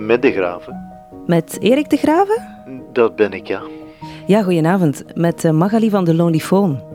Met de Graven. Met Erik de Graven? Dat ben ik, ja. Ja, goedenavond. Met Magali van de Lonely Phone.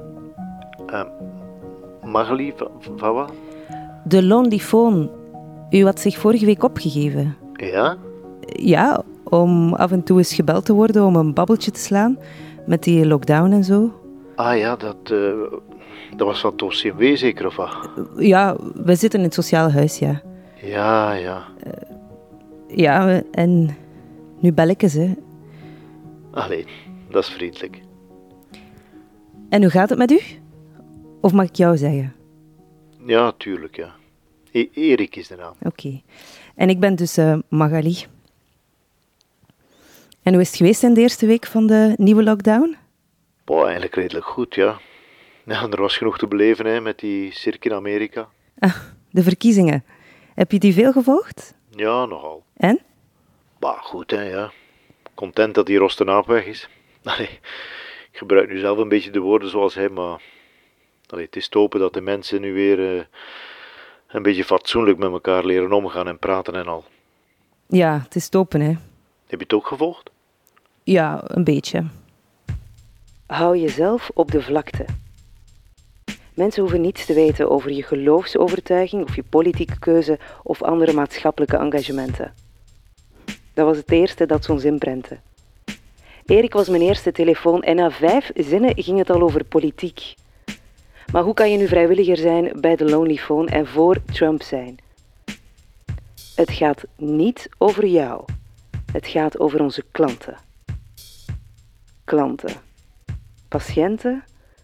Magali, van wat? De Lonely Phone. U had zich vorige week opgegeven. Ja? Ja, om af en toe eens gebeld te worden om een babbeltje te slaan. Met die lockdown en zo. Ah ja, dat was van het OCMW zeker, of wat? Ja, we zitten in het sociaal huis, ja. Ja. Ja, en nu bel ik eens, hè. Allee, dat is vriendelijk. En hoe gaat het met u? Of mag ik jou zeggen? Ja, tuurlijk, ja. Erik is de naam. Oké. En ik ben dus Magali. En hoe is het geweest in de eerste week van de nieuwe lockdown? Boah, eigenlijk redelijk goed, ja. Ja, er was genoeg te beleven, hè, met die cirque in Amerika. Ah, de verkiezingen. Heb je die veel gevolgd? Ja, nogal. En? Bah, goed, hè, ja. Content dat die Rostenaap weg is. Allee, ik gebruik nu zelf een beetje de woorden zoals hij, maar... Allee, het is te hopen dat de mensen nu weer een beetje fatsoenlijk met elkaar leren omgaan en praten en al. Ja, het is topen, hè. Heb je het ook gevolgd? Ja, een beetje. Hou jezelf op de vlakte. Mensen hoeven niets te weten over je geloofsovertuiging of je politieke keuze of andere maatschappelijke engagementen. Dat was het eerste dat ze ons inprentte. Erik was mijn eerste telefoon en na 5 zinnen ging het al over politiek. Maar hoe kan je nu vrijwilliger zijn bij de Lonely Phone en voor Trump zijn? Het gaat niet over jou. Het gaat over onze klanten. Klanten. Patiënten?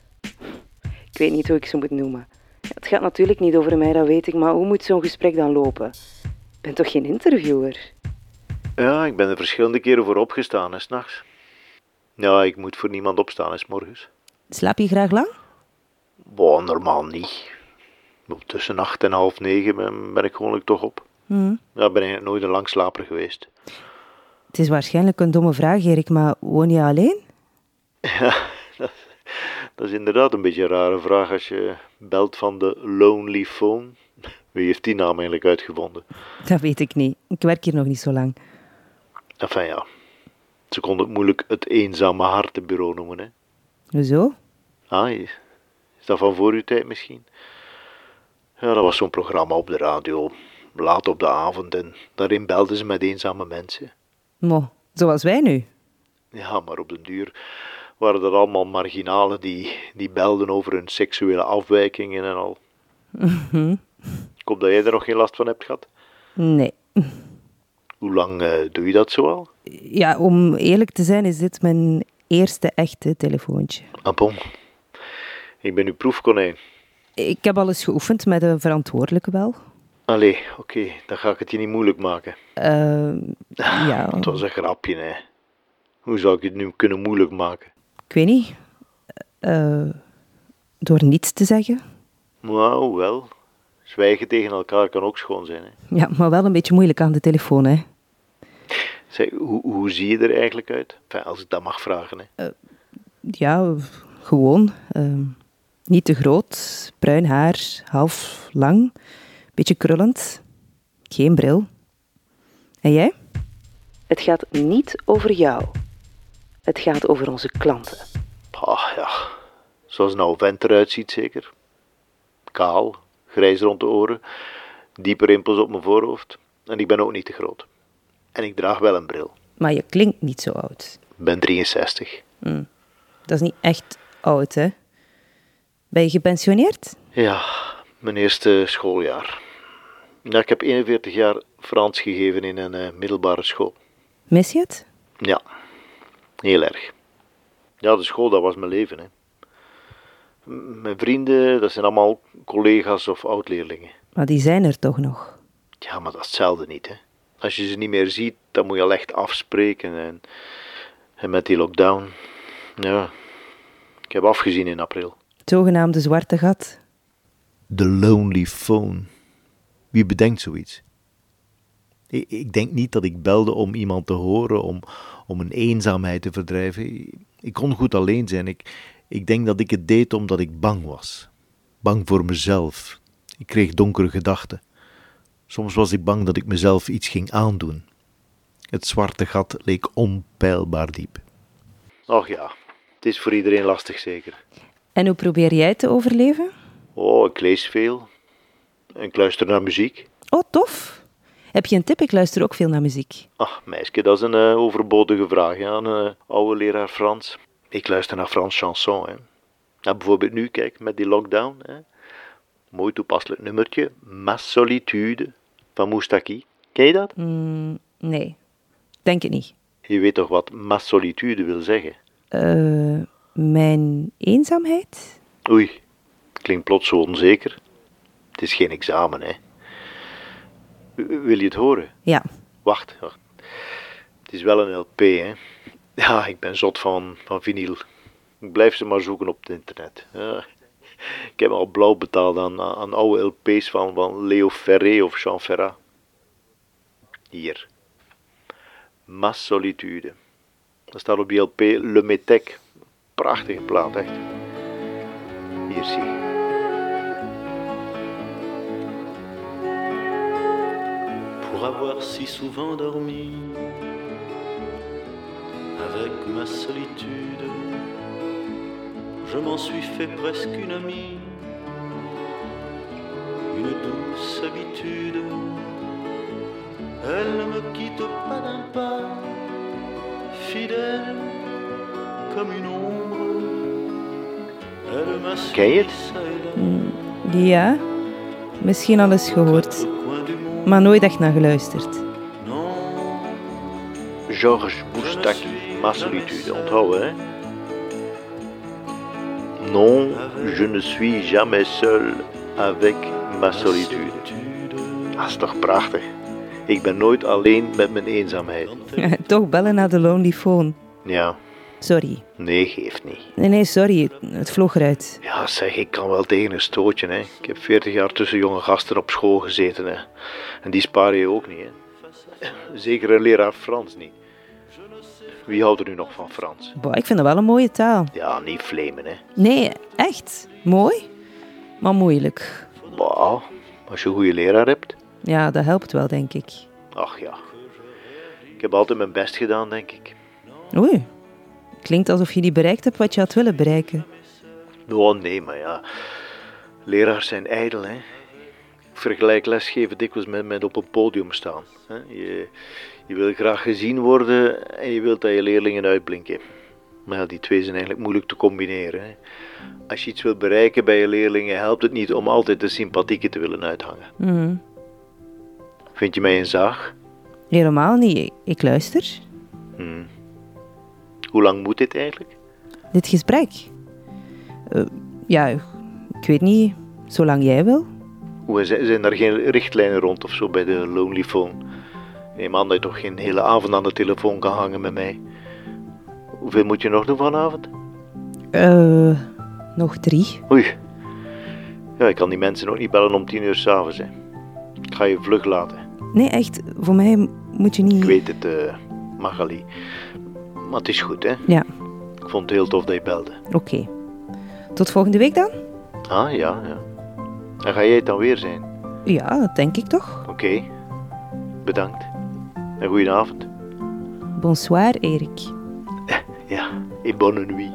Ik weet niet hoe ik ze moet noemen. Het gaat natuurlijk niet over mij, dat weet ik, maar hoe moet zo'n gesprek dan lopen? Ik ben toch geen interviewer? Ja, ik ben er verschillende keren voor opgestaan, hè, 's nachts. Ja, ik moet voor niemand opstaan, hè, 's morgens. Slaap je graag lang? Boah, normaal niet. Tussen 8 en half 9 ben ik gewoonlijk toch op. Ja, ben ik nooit een langslaper geweest. Het is waarschijnlijk een domme vraag, Erik, maar woon je alleen? Ja, dat is inderdaad een beetje een rare vraag als je belt van de Lonely Phone. Wie heeft die naam eigenlijk uitgevonden? Dat weet ik niet. Ik werk hier nog niet zo lang. Enfin ja, ze konden het moeilijk het eenzame hartenbureau noemen, hè. Hoezo? Ah, is dat van voor uw tijd misschien? Ja, dat was zo'n programma op de radio, laat op de avond, en daarin belden ze met eenzame mensen. Mo, zoals wij nu. Ja, maar op den duur waren dat allemaal marginalen die belden over hun seksuele afwijkingen en al. Ik hoop dat jij er nog geen last van hebt gehad. Nee. Hoe lang doe je dat zo al? Ja, om eerlijk te zijn is dit mijn eerste echte telefoontje. Ah, bon. Ik ben uw proefkonijn. Ik heb al eens geoefend met een verantwoordelijke wel. Allee, oké, dan ga ik het je niet moeilijk maken. Ja. Het was een grapje, hè. Hoe zou ik het nu kunnen moeilijk maken? Ik weet niet. Door niets te zeggen. Nou, wel. Zwijgen tegen elkaar kan ook schoon zijn, hè. Ja, maar wel een beetje moeilijk aan de telefoon, hè. Zeg, hoe zie je er eigenlijk uit? Enfin, als ik dat mag vragen, hè. Ja, gewoon. Niet te groot, bruin haar, half lang, beetje krullend, geen bril. En jij? Het gaat niet over jou. Het gaat over onze klanten. Ah, ja. Zoals een oude vent eruit ziet, zeker. Kaal, grijs rond de oren, diepe rimpels op mijn voorhoofd. En ik ben ook niet te groot. En ik draag wel een bril. Maar je klinkt niet zo oud. Ik ben 63. Dat is niet echt oud, hè? Ben je gepensioneerd? Ja, mijn eerste schooljaar. Ja, ik heb 41 jaar Frans gegeven in een middelbare school. Mis je het? Ja, heel erg. Ja, de school, dat was mijn leven, hè. Mijn vrienden, dat zijn allemaal collega's of oud-leerlingen. Maar die zijn er toch nog? Ja, maar dat is hetzelfde niet, hè. Als je ze niet meer ziet, dan moet je al echt afspreken. En met die lockdown, ja, ik heb afgezien in april. Het zogenaamde zwarte gat. The Lonely Phone. Wie bedenkt zoiets? Ik denk niet dat ik belde om iemand te horen, om een eenzaamheid te verdrijven. Ik kon goed alleen zijn. Ik denk dat ik het deed omdat ik bang was. Bang voor mezelf. Ik kreeg donkere gedachten. Soms was ik bang dat ik mezelf iets ging aandoen. Het zwarte gat leek onpeilbaar diep. Och ja, het is voor iedereen lastig zeker. En hoe probeer jij het te overleven? Oh, ik lees veel. En ik luister naar muziek. Oh, tof. Heb je een tip? Ik luister ook veel naar muziek. Ach, meisje, dat is een overbodige vraag aan een oude leraar Frans. Ik luister naar Frans chanson. Hè. Nou, bijvoorbeeld nu, kijk, met die lockdown. Hè. Mooi toepasselijk nummertje. Ma solitude van Moustaki. Ken je dat? Nee, denk het niet. Je weet toch wat ma solitude wil zeggen? Mijn eenzaamheid? Oei, het klinkt plots zo onzeker. Het is geen examen, hè. Wil je het horen? Ja. Wacht. Het is wel een LP, hè. Ja, ik ben zot van vinyl. Ik blijf ze maar zoeken op het internet. Ja. Ik heb al blauw betaald aan oude LP's van Leo Ferré of Jean Ferrat. Hier. Ma solitude. Dat staat op die LP Le Métèque. Prachtige plaat, echt. Hier zie je. Pour avoir si souvent dormi avec ma solitude, je m'en suis fait presque une amie, une douce habitude. Elle ne me quitte pas d'un pas, fidèle comme une ombre. Elle m'a Ken je het? ça et là. Ja, misschien al eens gehoord, maar nooit echt naar geluisterd. Georges Moustaki, Ma solitude, onthouden, hè? Non, je ne suis jamais seul avec ma solitude. Dat is toch prachtig? Ik ben nooit alleen met mijn eenzaamheid. Toch bellen naar de Lonely Phone. Ja, Sorry. nee, geeft niet. Nee, sorry. Het vloog eruit. Ja, zeg, ik kan wel tegen een stootje, hè. Ik heb 40 jaar tussen jonge gasten op school gezeten, hè. En die spaar je ook niet, hè. Zeker een leraar Frans niet. Wie houdt er nu nog van Frans? Boah, ik vind dat wel een mooie taal. Ja, niet flamen, hè. Nee, echt. Mooi, maar moeilijk. Bah, als je een goede leraar hebt. Ja, dat helpt wel, denk ik. Ach ja. Ik heb altijd mijn best gedaan, denk ik. Oei. Klinkt alsof je niet bereikt hebt wat je had willen bereiken. Oh nee, maar ja. Leraars zijn ijdel, hè. Ik vergelijk lesgeven dikwijls met op een podium staan. Hè. Je wil graag gezien worden en je wilt dat je leerlingen uitblinken. Maar ja, die twee zijn eigenlijk moeilijk te combineren. Hè. Als je iets wilt bereiken bij je leerlingen, helpt het niet om altijd de sympathieke te willen uithangen. Mhm. Vind je mij een zaag? Helemaal niet. Ik luister. Hoe lang moet dit eigenlijk? Dit gesprek? Ja, ik weet niet. Zolang jij wil. Hoe zijn daar geen richtlijnen rond of zo bij de Lonely Phone? Neem aan dat je toch geen hele avond aan de telefoon kan hangen met mij. Hoeveel moet je nog doen vanavond? Nog 3. Oei. Ja, ik kan die mensen ook niet bellen om 10 uur 's avonds. Hè. Ik ga je vlug laten. Nee, echt. Voor mij moet je niet... Ik weet het, Magali. Maar het is goed, hè? Ja, Ik vond het heel tof dat je belde. oké. Tot volgende week dan? Ah, ja. En ga jij het dan weer zijn? Ja, dat denk ik toch. Oké. Bedankt. En goedenavond. Bonsoir, Erik. Ja, et bonne nuit.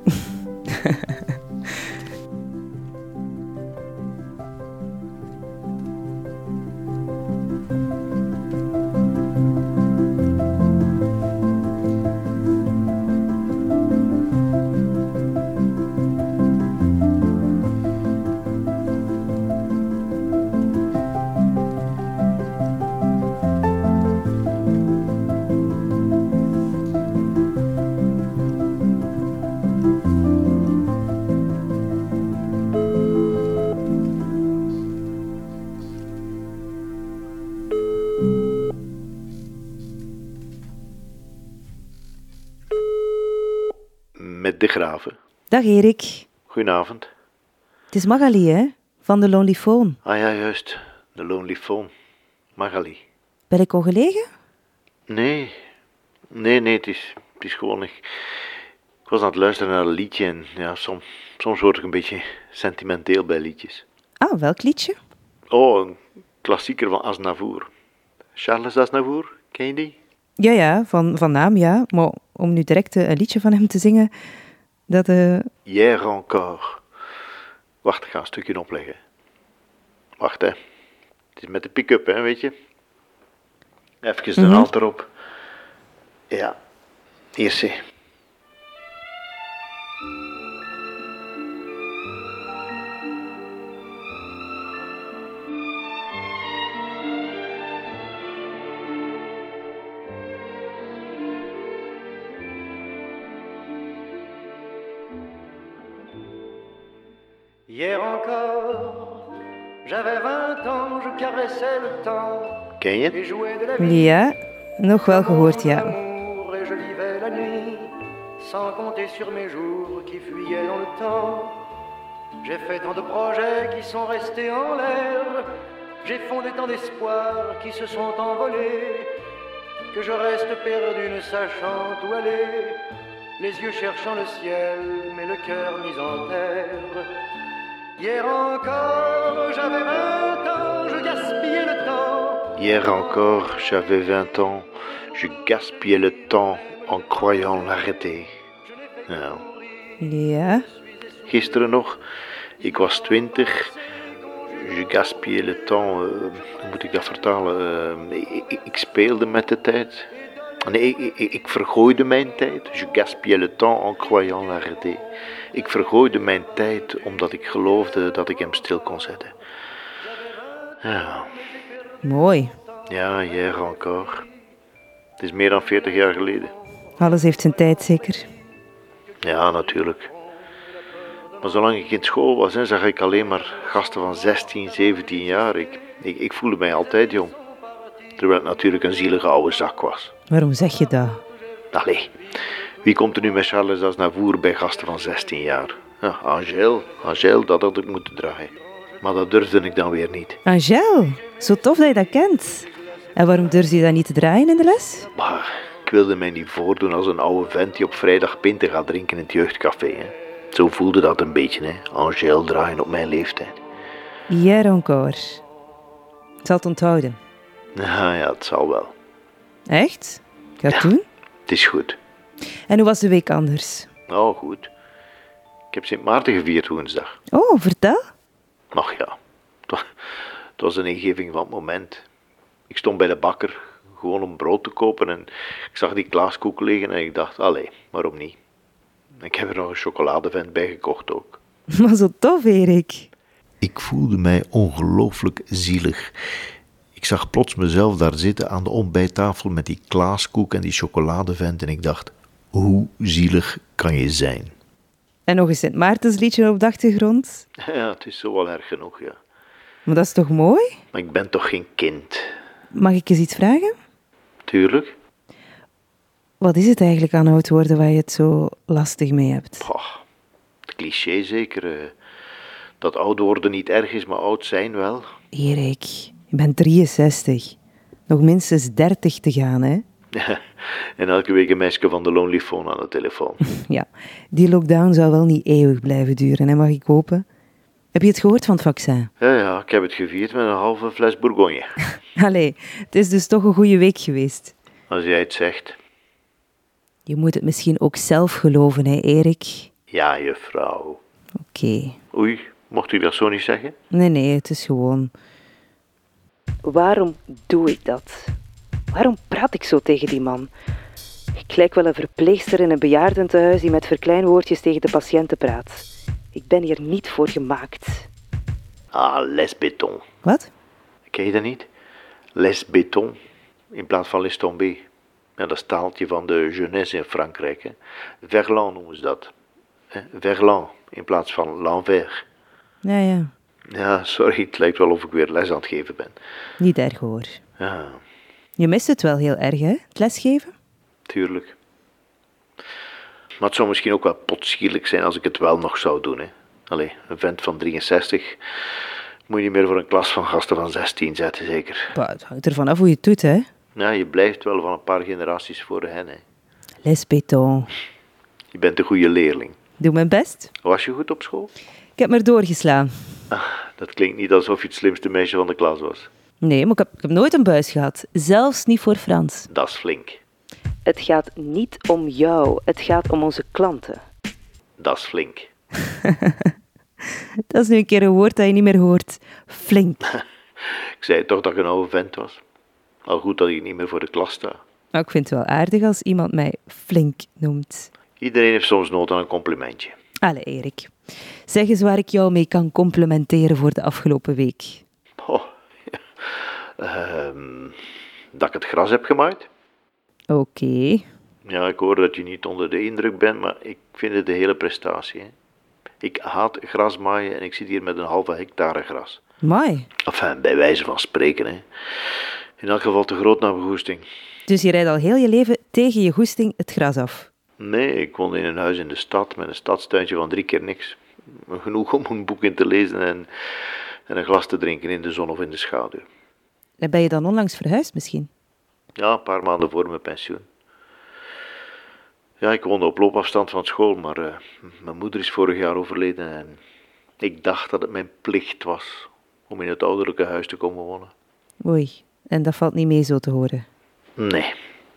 Met de Graven. Dag, Erik. Goedenavond. Het is Magali, hè? Van de Lonely Phone. Ah ja, juist. De Lonely Phone. Magali. Ben ik ongelegen? Nee, het is gewoon... Ik was aan het luisteren naar een liedje en ja, soms word ik een beetje sentimenteel bij liedjes. Ah, welk liedje? Oh, een klassieker van Aznavour. Charles Aznavour, ken je die? Ja, van naam, ja. Maar om nu direct een liedje van hem te zingen, dat... Hier encore. Wacht, ik ga een stukje opleggen. Wacht, hè. Het is met de pick-up, hè, weet je. Even de naald erop. Ja, eerst zie. Hier encore, j'avais 20 ans, je caressais le temps. Ken je Et het? jouais de la vie. Ja, nog wel gehoord, ja. Amour, et je vivais la nuit, sans compter sur mes jours qui fuyaient dans le temps. J'ai fait tant de projets qui sont restés en l'air. J'ai fondé tant d'espoirs qui se sont envolés. Que je reste perdu ne sachant où aller. Les yeux cherchant le ciel, mais le cœur mis en terre. Hier encore, j'avais 20 ans, je gaspillais le temps. Hier encore, j'avais 20 ans. Je gaspillais le temps en croyant l'arrêter. Nou, Ja, gisteren nog, ik was 20. Je gaspillais le temps. Hoe moet ik dat vertalen? Ik speelde met de tijd. Nee, ik vergooide mijn tijd. Je gaspillais le temps en croyant l'arrêter. Ik vergooide mijn tijd omdat ik geloofde dat ik hem stil kon zetten. Ja, mooi. ja, hier encore. Het is meer dan 40 jaar geleden. Alles heeft zijn tijd, zeker. Ja, natuurlijk. Maar zolang ik in school was, zag ik alleen maar gasten van 16, 17 jaar. Ik voelde mij altijd jong. Terwijl het natuurlijk een zielige oude zak was. Waarom zeg je dat? Allee, wie komt er nu met Charles Aznavour bij gasten van 16 jaar? Ja, Angèle, dat had ik moeten draaien. Maar dat durfde ik dan weer niet. Angèle, zo tof dat je dat kent. En waarom durf je dat niet te draaien in de les? Maar ik wilde mij niet voordoen als een oude vent die op vrijdag pinten gaat drinken in het jeugdcafé. Hè. Zo voelde dat een beetje, hè. Angèle draaien op mijn leeftijd. Hier encore. Ik zal het onthouden. Ja, het zal wel. Echt? Ga het doen? Het is goed. En hoe was de week anders? Oh, goed. Ik heb Sint Maarten gevierd woensdag. Oh, vertel. Ach ja, het was een ingeving van het moment. Ik stond bij de bakker, gewoon om brood te kopen en ik zag die Klaaskoek liggen en ik dacht, allee, waarom niet? Ik heb er nog een chocoladevent bij gekocht ook. Maar zo tof, Erik. Ik voelde mij ongelooflijk zielig. Ik zag plots mezelf daar zitten aan de ontbijttafel met die Klaaskoek en die chocoladevent en ik dacht, hoe zielig kan je zijn? En nog een Sint Maartensliedje op de achtergrond. Ja, het is zo wel erg genoeg, ja. Maar dat is toch mooi? Maar ik ben toch geen kind? Mag ik eens iets vragen? Tuurlijk. Wat is het eigenlijk aan oud worden waar je het zo lastig mee hebt? Goh, het cliché zeker. Dat oud worden niet erg is, maar oud zijn wel. Erik, je bent 63. Nog minstens 30 te gaan, hè? En elke week een meisje van de Lonely Phone aan de telefoon. Ja, die lockdown zou wel niet eeuwig blijven duren, hè, mag ik hopen? Heb je het gehoord van het vaccin? Ja, ik heb het gevierd met een halve fles Bourgogne. Allee, het is dus toch een goede week geweest. Als jij het zegt. Je moet het misschien ook zelf geloven, hè, Erik? Ja, juffrouw. Oké. Oei, mocht u dat zo niet zeggen? Nee, het is gewoon... Waarom doe ik dat? Waarom praat ik zo tegen die man? Ik lijk wel een verpleegster in een bejaardentehuis die met verkleinwoordjes tegen de patiënten praat. Ik ben hier niet voor gemaakt. Ah, les béton. Wat? Ken je dat niet? Les béton, in plaats van les tombé. Ja, dat is taaltje van de jeunesse in Frankrijk. Hè. Verlan noemen ze dat. Verlan, in plaats van l'envers. Ja. Ja, sorry, het lijkt wel of ik weer les aan het geven ben. Niet erg hoor. Ja, Je mist het wel heel erg, hè? Het lesgeven? tuurlijk. Maar het zou misschien ook wel potsierlijk zijn als ik het wel nog zou doen. Hè. Allee, een vent van 63 moet je niet meer voor een klas van gasten van 16 zetten, zeker. Bah, het hangt ervan af hoe je het doet, hè? Ja, je blijft wel van een paar generaties voor hen. Hè. Les béton. Je bent een goede leerling. Doe mijn best. Was je goed op school? Ik heb maar doorgeslaan. Dat klinkt niet alsof je het slimste meisje van de klas was. Nee, maar ik heb nooit een buis gehad. Zelfs niet voor Frans. Dat is flink. Het gaat niet om jou, het gaat om onze klanten. Dat is flink. Dat is nu een keer een woord dat je niet meer hoort. Flink. Ik zei toch dat ik een oude vent was. Al goed dat ik niet meer voor de klas sta. Maar ik vind het wel aardig als iemand mij flink noemt. Iedereen heeft soms nood aan een complimentje. Allee, Erik. Zeg eens waar ik jou mee kan complimenteren voor de afgelopen week. Oh, dat ik het gras heb gemaaid. Oké. Ja, ik hoor dat je niet onder de indruk bent, maar ik vind het de hele prestatie. Hè. Ik haat gras maaien en ik zit hier met een halve hectare gras. Mooi. Enfin, bij wijze van spreken. Hè. In elk geval te groot naar mijn goesting. Dus je rijdt al heel je leven tegen je goesting het gras af. Nee, ik woonde in een huis in de stad met een stadstuintje van 3 keer niks. Genoeg om een boek in te lezen en een glas te drinken in de zon of in de schaduw. En ben je dan onlangs verhuisd misschien? Ja, een paar maanden voor mijn pensioen. Ja, ik woonde op loopafstand van school, maar mijn moeder is vorig jaar overleden en ik dacht dat het mijn plicht was om in het ouderlijke huis te komen wonen. Oei, en dat valt niet mee zo te horen. Nee.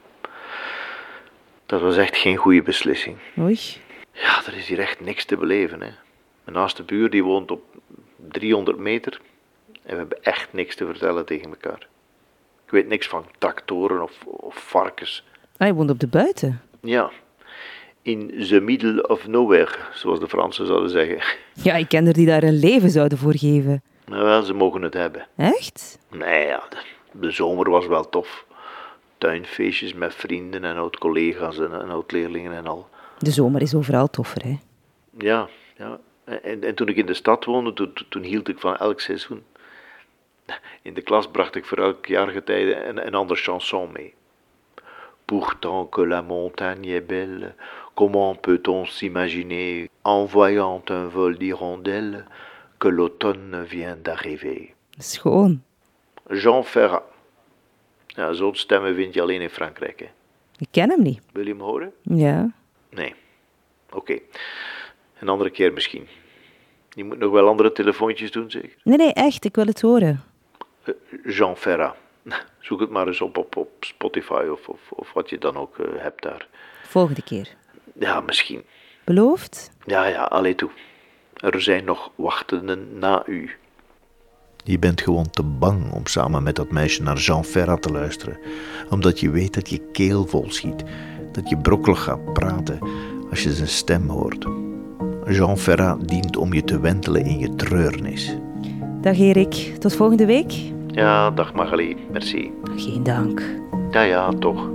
Dat was echt geen goede beslissing. Oei. Ja, er is hier echt niks te beleven, hè. Mijn naaste buur die woont op 300 meter en we hebben echt niks te vertellen tegen elkaar. Ik weet niks van tractoren of varkens. Ah, je woont op de buiten? Ja, in the middle of nowhere, zoals de Fransen zouden zeggen. Ja, ik ken er die daar een leven zouden voor geven. Nou wel, ze mogen het hebben. Echt? Nee, ja, de zomer was wel tof. Tuinfeestjes met vrienden en oud-collega's en oud-leerlingen en al. De zomer is overal toffer, hè? Ja, ja. En toen ik in de stad woonde, toen hield ik van elk seizoen. In de klas bracht ik voor elk jaargetijde een ander chanson mee. Pourtant que la montagne est belle, comment peut-on s'imaginer, en voyant un vol d'hirondelles, que l'automne vient d'arriver. Schoon. Jean Ferrat. Ja, zo'n stemmen vind je alleen in Frankrijk, hè. Ik ken hem niet. Wil je hem horen? Ja. Nee. Oké. Een andere keer misschien. Je moet nog wel andere telefoontjes doen, zeker? Nee, echt, ik wil het horen. Jean Ferrat. Zoek het maar eens op Spotify of wat je dan ook hebt daar. Volgende keer. Ja, misschien. Beloofd? Ja, allee toe. Er zijn nog wachtenden na u. Je bent gewoon te bang om samen met dat meisje naar Jean Ferrat te luisteren. Omdat je weet dat je keel vol schiet. Dat je brokkelig gaat praten als je zijn stem hoort. Jean Ferrat dient om je te wentelen in je treurnis. Dag Erik, tot volgende week. Ja, dag Magali, merci. Geen dank. Ja, toch.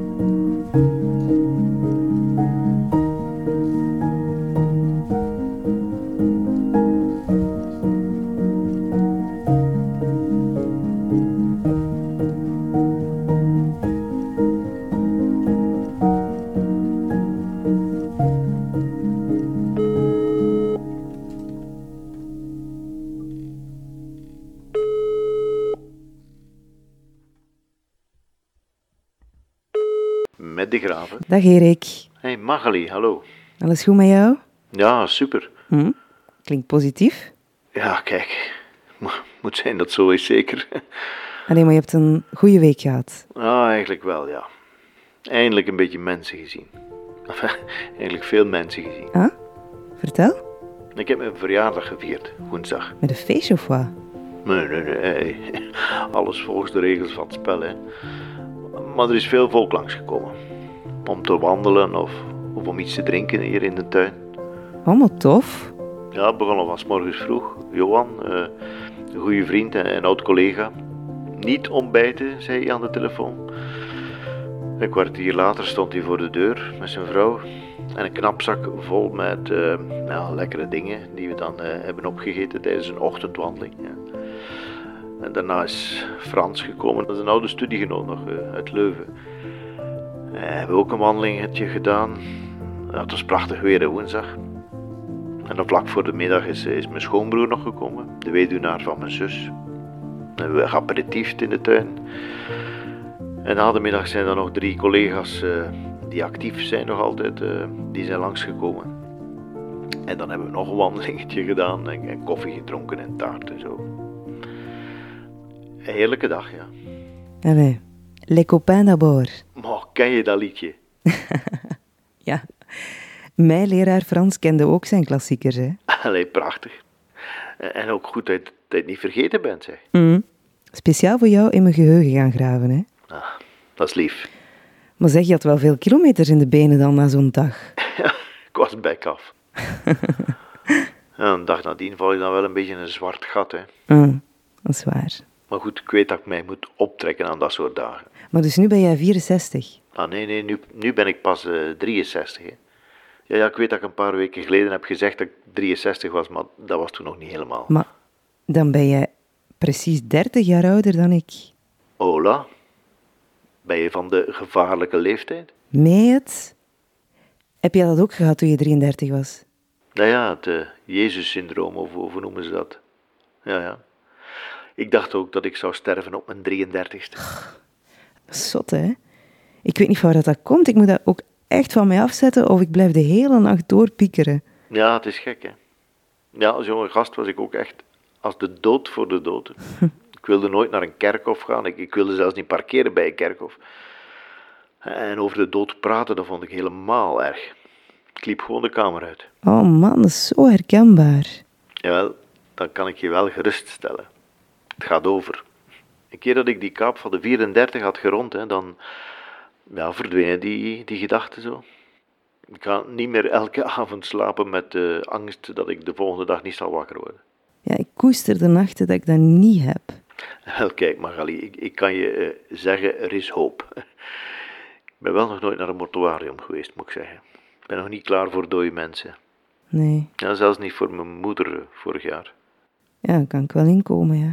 Met de Graven. Dag Erik. Hey Magali, hallo. Alles goed met jou? Ja, super. Klinkt positief. Ja, kijk. Moet zijn dat zo is, zeker. Alleen maar je hebt een goede week gehad. Ah, eigenlijk wel, ja. Eindelijk een beetje mensen gezien. Enfin, eigenlijk veel mensen gezien. Ah? Vertel. Ik heb mijn verjaardag gevierd, woensdag. Met een feestje of wat? Nee. Alles volgens de regels van het spel, hè. Maar er is veel volk langsgekomen. Om te wandelen of om iets te drinken hier in de tuin. Allemaal tof. Ja, het begon al van 's morgens vroeg. Johan, een goede vriend en oud-collega. Niet ontbijten, zei hij aan de telefoon. Een kwartier later stond hij voor de deur met zijn vrouw. En een knapzak vol met lekkere dingen die we dan hebben opgegeten tijdens een ochtendwandeling. Ja. En daarna is Frans gekomen, dat is een oude studiegenoot nog uit Leuven. We hebben ook een wandelingetje gedaan. Ja, het was prachtig weer, hè, woensdag. En dan vlak voor de middag is mijn schoonbroer nog gekomen, de weduwnaar van mijn zus. En we hebben aperitiefd in de tuin. En na de middag zijn er nog 3 collega's die actief zijn nog altijd, die zijn langsgekomen. En dan hebben we nog een wandelingetje gedaan en koffie gedronken en taart en zo. Een heerlijke dag, ja. Allee, les copains d'abord. Maar ken je dat liedje? Ja, mijn leraar Frans kende ook zijn klassiekers, hè. Allee, prachtig. En ook goed dat je het niet vergeten bent, zeg. Speciaal voor jou in mijn geheugen gaan graven, hè. Ah, dat is lief. Maar zeg, je had wel veel kilometers in de benen dan na zo'n dag. Ik was bek af. Ja, een dag nadien val je dan wel een beetje in een zwart gat, hè. Dat is waar. Maar goed, ik weet dat ik mij moet optrekken aan dat soort dagen. Maar dus nu ben jij 64. Ah, nee, nu ben ik pas 63, hè. Ja, ik weet dat ik een paar weken geleden heb gezegd dat ik 63 was, maar dat was toen nog niet helemaal. Maar dan ben jij precies 30 jaar ouder dan ik. Hola, ben je van de gevaarlijke leeftijd? Meen je het? Heb jij dat ook gehad toen je 33 was? Nou ja, het Jezus-syndroom, of hoe noemen ze dat? Ja. Ik dacht ook dat ik zou sterven op mijn 33ste. Zot, hè? Ik weet niet van waar dat komt. Ik moet dat ook echt van mij afzetten of ik blijf de hele nacht doorpiekeren. Ja, het is gek, hè. Ja, als jonge gast was ik ook echt als de dood voor de dood. Ik wilde nooit naar een kerkhof gaan. Ik wilde zelfs niet parkeren bij een kerkhof. En over de dood praten, dat vond ik helemaal erg. Ik liep gewoon de kamer uit. Oh man, dat is zo herkenbaar. Jawel, dan kan ik je wel geruststellen. Het gaat over. Een keer dat ik die kaap van de 34 had gerond, hè, dan verdwenen die gedachten zo. Ik ga niet meer elke avond slapen met de angst dat ik de volgende dag niet zal wakker worden. Ja, ik koester de nachten dat ik dat niet heb. Wel, kijk Magali, ik kan je zeggen, er is hoop. Ik ben wel nog nooit naar een mortuarium geweest, moet ik zeggen. Ik ben nog niet klaar voor dode mensen. Nee. Ja, zelfs niet voor mijn moeder vorig jaar. Ja, daar kan ik wel inkomen, ja.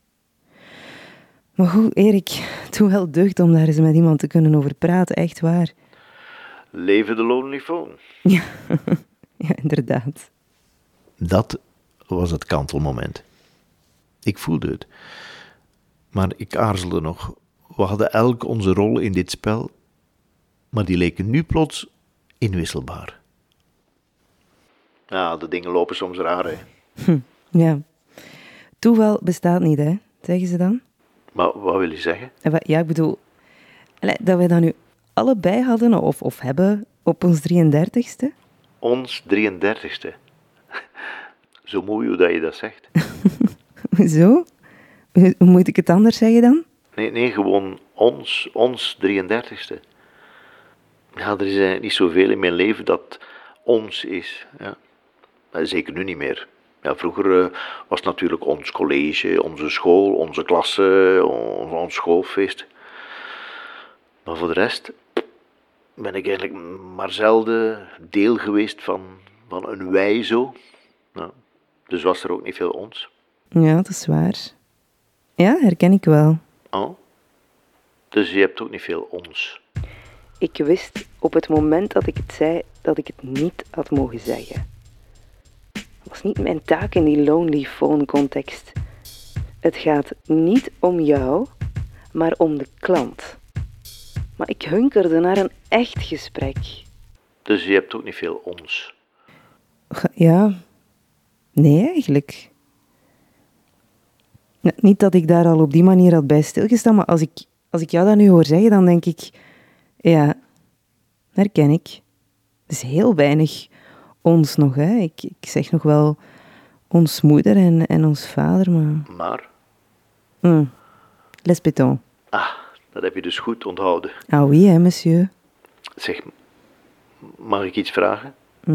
Maar goed, Erik, het doet wel deugd om daar eens met iemand te kunnen over praten, echt waar. Leven de Lonely Phone. Ja, ja, inderdaad. Dat was het kantelmoment. Ik voelde het. Maar ik aarzelde nog. We hadden elk onze rol in dit spel, maar die leken nu plots inwisselbaar. Ja, de dingen lopen soms raar, hè. Ja. Toeval bestaat niet, hè, zeggen ze dan. Maar wat wil je zeggen? Ja, ik bedoel, dat wij dat nu allebei hadden of hebben op ons 33ste. Ons 33ste. Zo mooi hoe dat je dat zegt. Zo? Hoe moet ik het anders zeggen dan? Nee, gewoon ons 33ste. Ja, er is eigenlijk niet zoveel in mijn leven dat ons is. Ja. Zeker nu niet meer. Ja, vroeger was het natuurlijk ons college, onze school, onze klasse, ons schoolfeest. Maar voor de rest ben ik eigenlijk maar zelden deel geweest van een wij zo. Ja, dus was er ook niet veel ons. Ja, dat is waar. Ja, herken ik wel. Oh? Dus je hebt ook niet veel ons. Ik wist op het moment dat ik het zei dat ik het niet had mogen zeggen. Het was niet mijn taak in die Lonely Phone context. Het gaat niet om jou, maar om de klant. Maar ik hunkerde naar een echt gesprek. Dus je hebt ook niet veel ons. Ja, nee eigenlijk. Niet dat ik daar al op die manier had bij stilgestaan, maar als ik jou dat nu hoor zeggen, dan denk ik, ja, herken ik. Het is heel weinig ons nog, hè. Ik zeg nog wel ons moeder en ons vader, maar... Maar? Les béton. Ah, dat heb je dus goed onthouden. Ah oui, hè, monsieur. Zeg, mag ik iets vragen?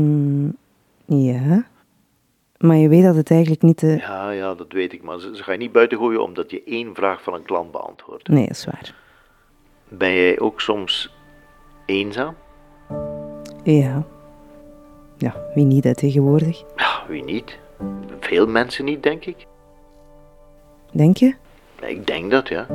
Ja. Maar je weet dat het eigenlijk niet de... Ja, dat weet ik, maar ze ga je niet buiten gooien omdat je 1 vraag van een klant beantwoordt. Nee, dat is waar. Ben jij ook soms eenzaam? Ja. Ja, wie niet, hè, tegenwoordig. Ja, wie niet? Veel mensen niet, denk ik. Denk je? Ik denk dat, ja.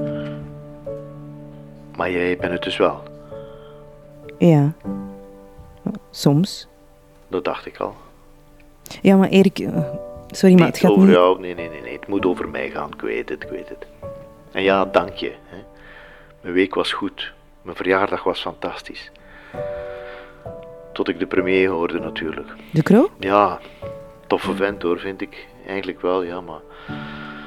Maar jij bent het dus wel. Ja. Soms. Dat dacht ik al. Ja, maar Erik... sorry, maar het gaat over niet... jou. Nee. Het moet over mij gaan. Ik weet het. En ja, dank je. Hè. Mijn week was goed. Mijn verjaardag was fantastisch. Tot ik de premier hoorde natuurlijk. De Croo? Ja, toffe vent hoor, vind ik. Eigenlijk wel, ja, maar...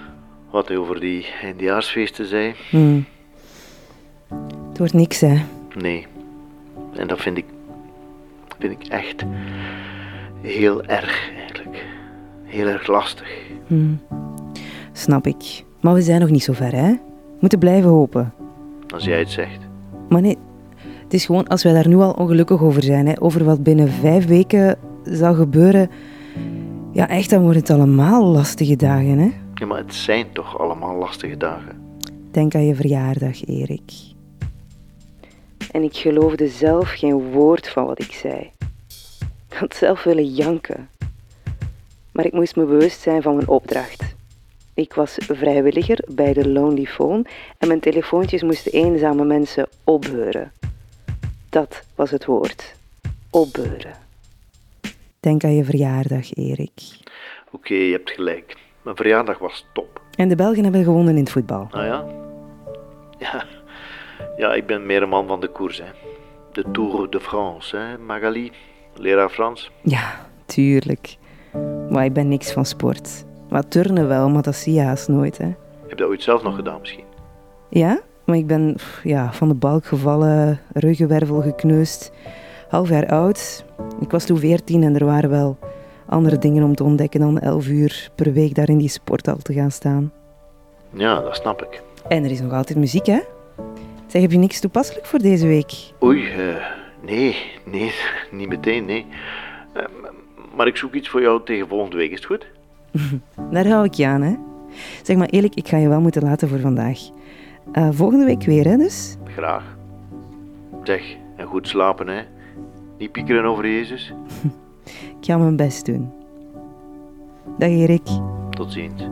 Wat hij over die eindejaarsfeesten zei... Het wordt niks, hè. Nee. En dat vind ik echt heel erg, eigenlijk. Heel erg lastig. Snap ik. Maar we zijn nog niet zo ver, hè? We moeten blijven hopen. Als jij het zegt. Maar nee, het is gewoon als wij daar nu al ongelukkig over zijn, hè, over wat binnen 5 weken zal gebeuren, ja echt, dan worden het allemaal lastige dagen, hè? Ja, maar het zijn toch allemaal lastige dagen. Denk aan je verjaardag, Erik. En ik geloofde zelf geen woord van wat ik zei. Ik had zelf willen janken. Maar ik moest me bewust zijn van mijn opdracht. Ik was vrijwilliger bij de Lonely Phone en mijn telefoontjes moesten eenzame mensen opbeuren. Dat was het woord. Opbeuren. Denk aan je verjaardag, Erik. Oké, je hebt gelijk. Mijn verjaardag was top. En de Belgen hebben gewonnen in het voetbal. Ah ja? Ja, ik ben meer een man van de koers, hè. De Tour de France, hè, Magali, leraar Frans. Ja, tuurlijk. Maar ik ben niks van sport. Maar turnen wel, maar dat zie je haast nooit, hè. Heb je dat ooit zelf nog gedaan, misschien? Ja, maar ik ben van de balk gevallen, ruggenwervel gekneusd, half jaar oud. Ik was toen 14 en er waren wel andere dingen om te ontdekken dan 11 uur per week daar in die sporthal te gaan staan. Ja, dat snap ik. En er is nog altijd muziek, hè? Zeg, heb je niks toepasselijk voor deze week? Oei, nee, niet meteen, nee. Maar ik zoek iets voor jou tegen volgende week, is het goed? Daar hou ik je aan, hè? Zeg maar eerlijk, ik ga je wel moeten laten voor vandaag. Volgende week weer, hè, dus? Graag. Zeg, en goed slapen, hè. Niet piekeren over Jezus. Ik ga mijn best doen. Dag, Erik. Tot ziens.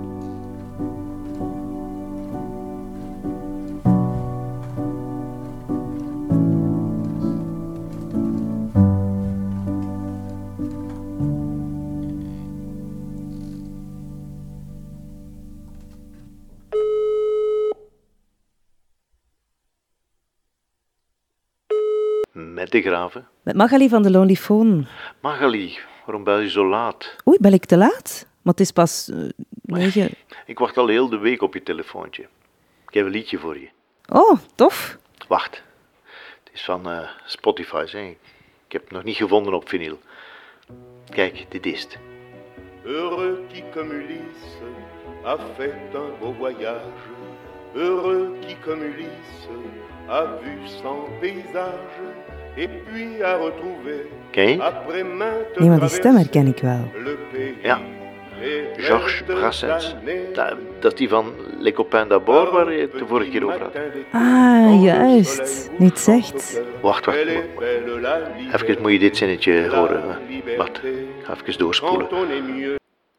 Met de Graven. Met Magali van de Lonely Phone. Magali, waarom bel je zo laat? Oei, ben ik te laat? Maar het is pas 9... Ik wacht al heel de week op je telefoontje. Ik heb een liedje voor je. Oh, tof. Wacht. Het is van Spotify, zeg. Ik heb het nog niet gevonden op vinyl. Kijk, dit is het. Heureux qui comme Ulysse a fait un beau voyage. Heureux qui comme Ulysse a vu son paysage. Et puis a retrouvé Ken je? après maintes Nee, maar die stem herken ik wel. le pays. Ja, Georges Brassens. Dat is die van Les Copains d'Abord, waar je het de vorige keer over had. Ah, juist. Nu het zegt. Wacht. Even moet je dit zinnetje horen. Wacht, ik ga even doorspoelen. Quand on est mieux,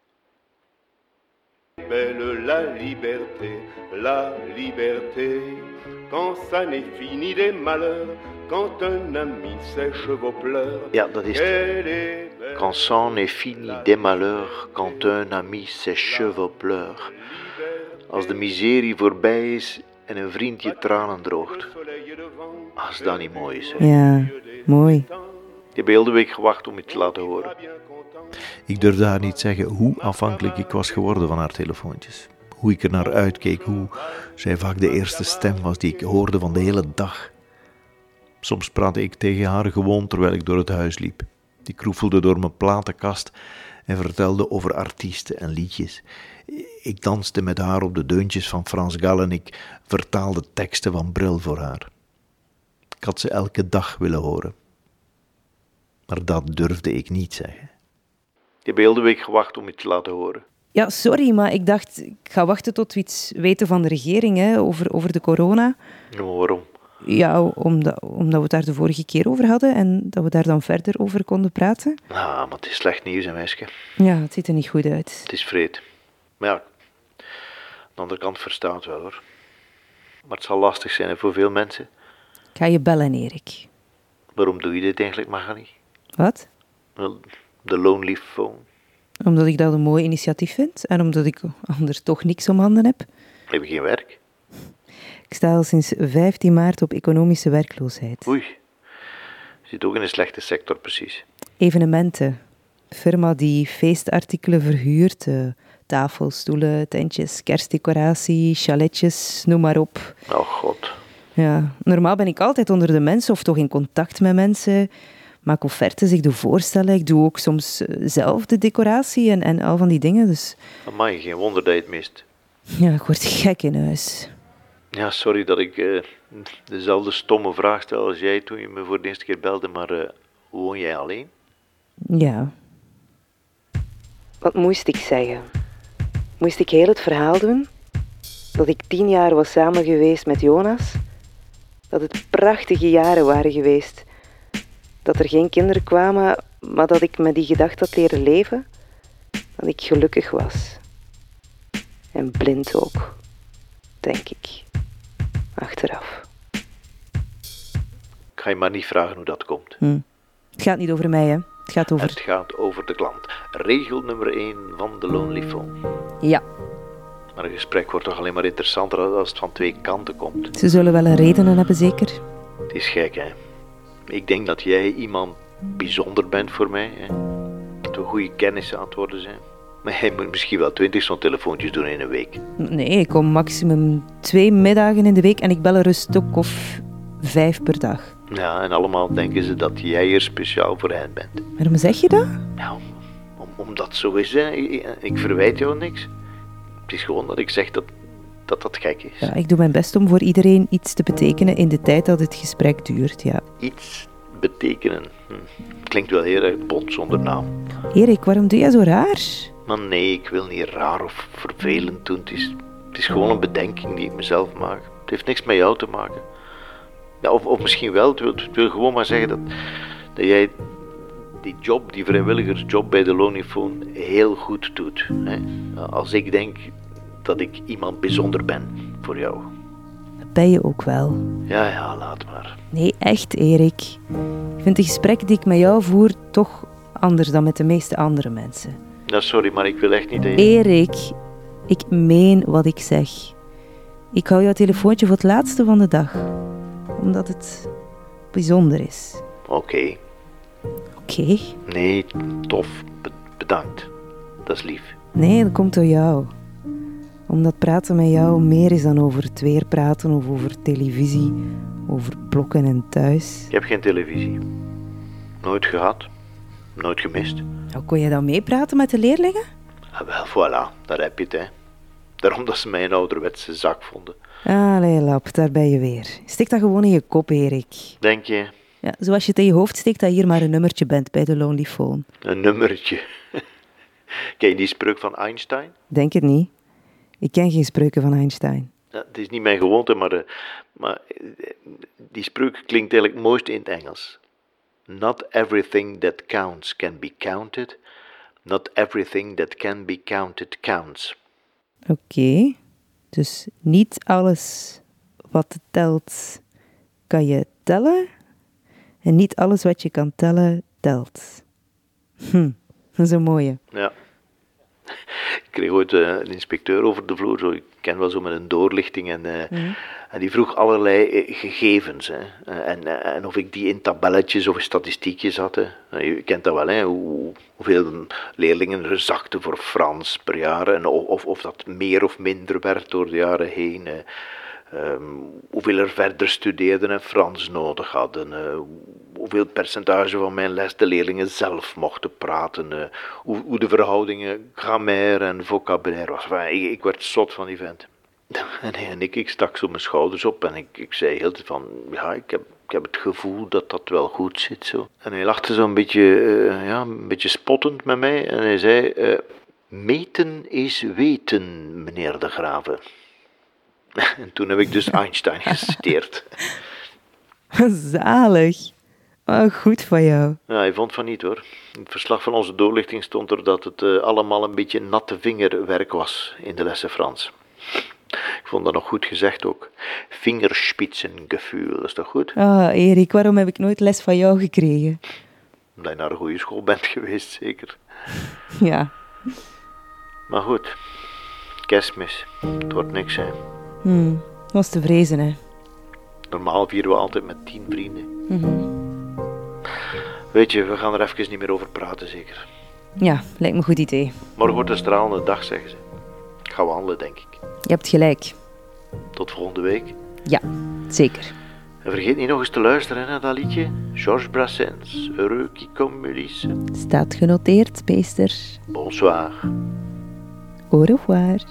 belle la liberté, quand ça n'est fini des malheurs, quand un ami sèche vos pleurs. Ja, dat is het. Elle est belle, Quand c'en est fini des malheurs, quand un ami ses cheveux pleure. Als de miserie voorbij is en een vriend je tranen droogt. Als dat niet mooi is, hè. Ja, mooi. Ik heb heel de week gewacht om je te laten horen. Ik durfde haar niet zeggen hoe afhankelijk ik was geworden van haar telefoontjes. Hoe ik er naar uitkeek, hoe zij vaak de eerste stem was die ik hoorde van de hele dag. Soms praatte ik tegen haar gewoon terwijl ik door het huis liep. Ik kroefelde door mijn platenkast en vertelde over artiesten en liedjes. Ik danste met haar op de deuntjes van Frans Gal en ik vertaalde teksten van Bril voor haar. Ik had ze elke dag willen horen. Maar dat durfde ik niet zeggen. Ik heb heel de week gewacht om je te laten horen. Ja, sorry, maar ik dacht, ik ga wachten tot we iets weten van de regering, hè, over de corona. Ja, maar waarom? Ja, omdat we het daar de vorige keer over hadden en dat we daar dan verder over konden praten. Nou, maar het is slecht nieuws, hè, meisje. Ja, het ziet er niet goed uit. Het is vreed. Maar ja, aan de andere kant verstaat het wel, hoor. Maar het zal lastig zijn, hè, voor veel mensen. Ik ga je bellen, Erik. Waarom doe je dit eigenlijk, Magali? Wat? Wel, de Lonely Phone. Omdat ik dat een mooi initiatief vind en omdat ik anders toch niks om handen heb. Heb je geen werk? Ik sta al sinds 15 maart op economische werkloosheid. Oei. Je zit ook in een slechte sector, precies. Evenementen. Firma die feestartikelen verhuurt. Tafels, stoelen, tentjes, kerstdecoratie, chaletjes, noem maar op. Oh god. Ja, normaal ben ik altijd onder de mensen of toch in contact met mensen. Maak offertes, ik doe voorstellen. Ik doe ook soms zelf de decoratie en al van die dingen. Dus Amai, geen wonder dat je het mist. ja, ik word gek in huis. Ja, sorry dat ik dezelfde stomme vraag stel als jij toen je me voor de eerste keer belde, maar woon jij alleen? Ja. Wat moest ik zeggen? Moest ik heel het verhaal doen? Dat ik 10 jaar was samen geweest met Jonas? Dat het prachtige jaren waren geweest? Dat er geen kinderen kwamen, maar dat ik met die gedachte had leren leven? Dat ik gelukkig was. En blind ook, denk ik. Achteraf. Ik ga je maar niet vragen hoe dat komt. Het gaat niet over mij, hè. Het gaat over... Het gaat over de klant. Regel nummer 1 van de Lonely Phone. Ja, Maar een gesprek wordt toch alleen maar interessanter als het van 2 kanten komt. ze zullen wel een redenen hebben, zeker. Het is gek, hè. Ik denk dat jij iemand bijzonder bent voor mij, hè. Dat we goede kennissen aan het worden zijn. Maar jij moet misschien wel 20 zo'n telefoontjes doen in een week. Nee, ik kom maximum 2 middagen in de week en ik bel er een stuk of 5 per dag. Ja, en allemaal denken ze dat jij er speciaal voor hen bent. Waarom zeg je dat? Ja, omdat het zo is, hè. Ik verwijt jou niks. Het is gewoon dat ik zeg dat gek is. Ja, ik doe mijn best om voor iedereen iets te betekenen in de tijd dat het gesprek duurt, ja. Iets betekenen. Klinkt wel heel erg bot zonder naam. Erik, waarom doe jij zo raar? Maar nee, ik wil niet raar of vervelend doen. Het is gewoon een bedenking die ik mezelf maak. Het heeft niks met jou te maken. Ja, of misschien wel. Het wil gewoon maar zeggen dat jij die job, die vrijwilligersjob bij de Lonely Phone heel goed doet. Hè? Als ik denk dat ik iemand bijzonder ben voor jou. Dat ben je ook wel. Ja, laat maar. Nee, echt, Erik. Ik vind de gesprekken die ik met jou voer toch anders dan met de meeste andere mensen. Ja, sorry, maar ik wil echt niet dat je... Erik, ik meen wat ik zeg. Ik hou jouw telefoontje voor het laatste van de dag. Omdat het bijzonder is. Oké. Oké? Nee, tof. Bedankt. Dat is lief. Nee, dat komt door jou. Omdat praten met jou meer is dan over het weer praten of over televisie, over blokken en thuis. Ik heb geen televisie. Nooit gehad. Nooit gemist. Hoe kon je dan meepraten met de leerlingen? Ah, wel, voilà. Daar heb je het, hè. Daarom dat ze mij een ouderwetse zak vonden. Allee, lap, daar ben je weer. Steek dat gewoon in je kop, Erik. Denk je? Ja, zoals je het in je hoofd steekt dat je hier maar een nummertje bent bij de Lonely Phone. Een nummertje. Ken je die spreuk van Einstein? Denk het niet. Ik ken geen spreuken van Einstein. Ja, het is niet mijn gewoonte, maar die spreuk klinkt eigenlijk mooist in het Engels. Not everything that counts can be counted. Not everything that can be counted counts. Oké. Dus niet alles wat telt kan je tellen. En niet alles wat je kan tellen, telt. Dat is een mooie. Ja. Ik kreeg ooit een inspecteur over de vloer, zo, ik ken wel zo met een doorlichting, en die vroeg allerlei gegevens. Hè. En of ik die in tabelletjes of in statistiekjes had. Hè. Je kent dat wel, hè, hoeveel leerlingen er zakten voor Frans per jaar, en of dat meer of minder werd door de jaren heen. Hoeveel er verder studeerden en Frans nodig hadden, hoeveel percentage van mijn les de leerlingen zelf mochten praten, hoe de verhoudingen grammaire en vocabulaire was. Enfin, ik werd zot van die vent. En ik stak zo mijn schouders op en ik zei heel tijd van, ja, ik heb het gevoel dat dat wel goed zit zo. En hij lachte zo een beetje spottend met mij en hij zei, meten is weten, meneer de Grave. En toen heb ik dus Einstein gestudeerd. Zalig. Oh, goed van jou. Ja, hij vond van niet hoor. In het verslag van onze doorlichting stond er dat het allemaal een beetje natte vingerwerk was in de lessen Frans. Ik vond dat nog goed gezegd ook. Vingerspitsengefühl, dat is toch goed? Ah, Erik, waarom heb ik nooit les van jou gekregen? Omdat je naar een goede school bent geweest, zeker. Ja. Maar goed, Kerstmis, het wordt niks hè. Was te vrezen, hè. Normaal vieren we altijd met 10 vrienden. Weet je, we gaan er even niet meer over praten, zeker. Ja, lijkt me een goed idee. Morgen wordt een stralende dag, zeggen ze. Ik ga wandelen, denk ik. Je hebt gelijk. Tot volgende week. Ja, Zeker. En vergeet niet nog eens te luisteren naar dat liedje. Georges Brassens, Heureux qui comme Ulysse. Staat genoteerd, meester. Bonsoir. Au revoir.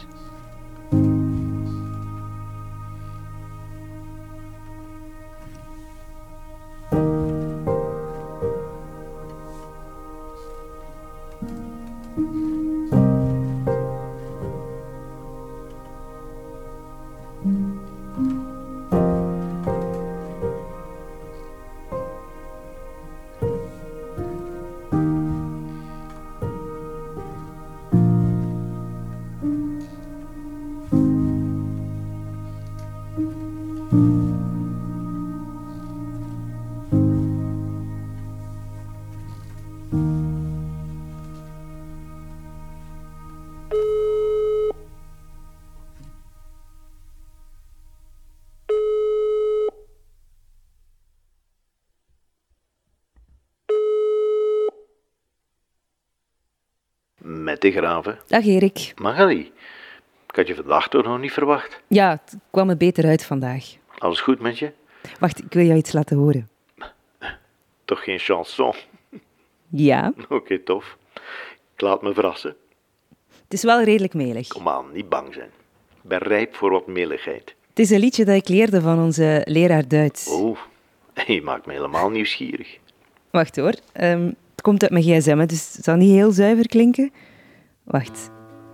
Met de graven. Dag Erik. Magali, ik had je vandaag toch nog niet verwacht. Ja, het kwam er beter uit vandaag. Alles goed met je? Wacht, ik wil jou iets laten horen. Toch geen chanson? Ja, Oké, tof. Ik laat me verrassen. het is wel redelijk melig. Kom aan, niet bang zijn. Ik ben rijp voor wat meligheid. Het is een liedje dat ik leerde van onze leraar Duits. Oh, je maakt me helemaal nieuwsgierig. Wacht hoor, het komt uit mijn gsm, hè, dus het zal niet heel zuiver klinken. Wacht.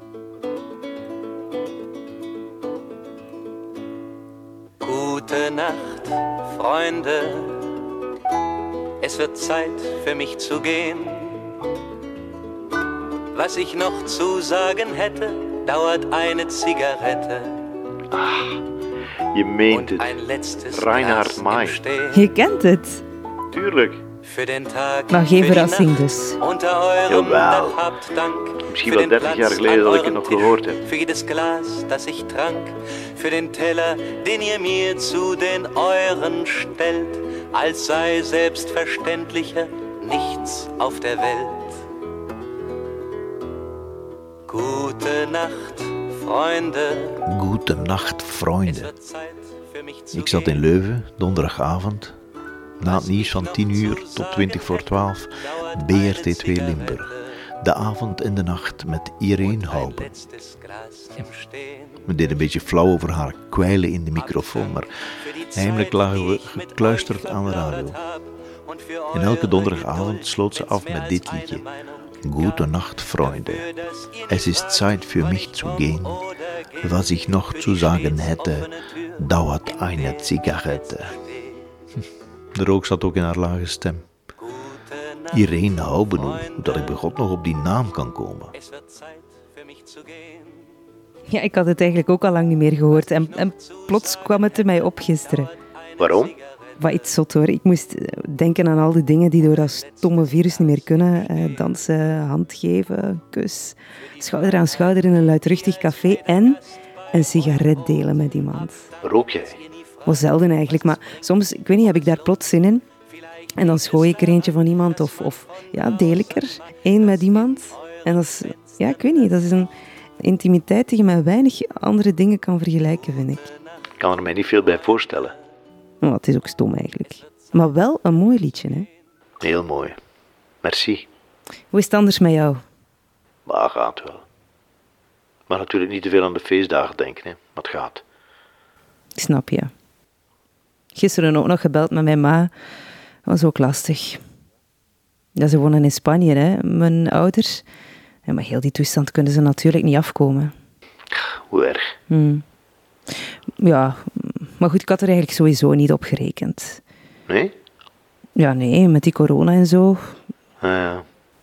Gute Nacht, Freunde. Es wird Zeit für mich zu gehen. Was ich noch zu sagen hätte, dauert eine Zigarette. Je meent Und het. ein letztes Reinhard Glas May. im Stehen. Je kent het. Tuurlijk. Für den Tag, Maar geen für die verrassing Nacht, dus. Unter eurem Jawel. Dach habt Dank. Misschien Für wel den 30 Platz jaar geleden an dat ik het eurem nog Tisch, gehoord heb. Für jedes Glas, das ich trank. Für den Teller, den ihr mir zu den euren stellt. Als sei selbstverständlicher nichts auf der Welt. Gute Nacht, Freunde. Goede nacht, Es vrienden. wird Zeit für mich zu Ik zat in gehen. Leuven, donderdagavond. Na het nieuws van 10 uur tot 20 voor 12. BRT 2 Limburg. De avond en de nacht met Irene Ein Houben. letztes Glas im Stehen. We deden een beetje flauw over haar kwijlen in de microfoon, maar heimelijk lagen we gekluisterd aan de radio. En elke donderdagavond sloot ze af met dit liedje. Gute Nacht, Freunde. Es ist Zeit für mich zu gehen. Was ich noch zu sagen hätte, dauert eine Zigarette. De rook zat ook in haar lage stem. Irene Houben, hoe dat ik bij God nog op die naam kan komen. Es wird Zeit für mich zu gehen. Ja, ik had het eigenlijk ook al lang niet meer gehoord. En plots kwam het er mij op gisteren. Waarom? Wat iets zot hoor. Ik moest denken aan al die dingen die door dat stomme virus niet meer kunnen. Dansen, hand geven, kus. Schouder aan schouder in een luidruchtig café. En een sigaret delen met iemand. Rook jij? Wel zelden eigenlijk, maar soms, ik weet niet, heb ik daar plots zin in. En dan schooi ik er eentje van iemand of ja, deel ik er één met iemand. En dat is, ja, ik weet niet, dat is een intimiteit die je met weinig andere dingen kan vergelijken, vind ik. Ik kan er mij niet veel bij voorstellen. Nou, het is ook stom eigenlijk. Maar wel een mooi liedje, hè. Heel mooi. Merci. Hoe is het anders met jou? Maar gaat wel. Maar natuurlijk niet te veel aan de feestdagen denken, hè. Maar het gaat. Ik snap je. Gisteren ook nog gebeld met mijn ma. Dat was ook lastig. Ja, ze wonen in Spanje, hè, mijn ouders. Ja, maar heel die toestand kunnen ze natuurlijk niet afkomen. Hoe erg. Ja, maar goed, ik had er eigenlijk sowieso niet op gerekend. Nee? Ja, nee, met die corona en zo. Ja.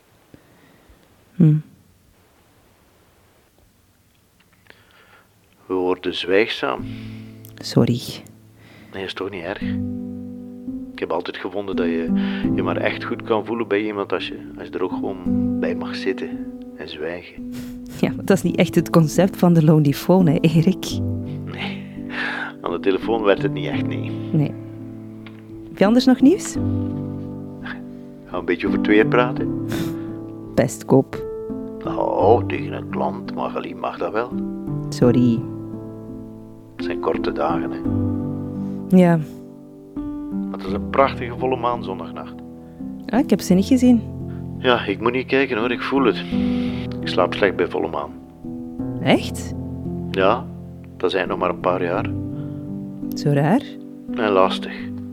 We worden zwijgzaam. Sorry. Nee, is toch niet erg? Ik heb altijd gevonden dat je je maar echt goed kan voelen bij iemand als je er ook gewoon bij mag zitten en zwijgen. Ja, maar dat is niet echt het concept van de Lonely Phone, hè, Erik? Nee, aan de telefoon werd het niet echt, nee. Nee. Heb je anders nog nieuws? Gaan we een beetje over het weer praten? Pestkop. Oh, tegen een klant, Magali, mag dat wel? Sorry. Het zijn korte dagen, hè. Ja. Het is een prachtige volle maan zondagnacht. Ah, ik heb ze niet gezien. Ja, ik moet niet kijken hoor, ik voel het. Ik slaap slecht bij volle maan. Echt? Ja, dat zijn nog maar een paar jaar. Zo raar. En lastig.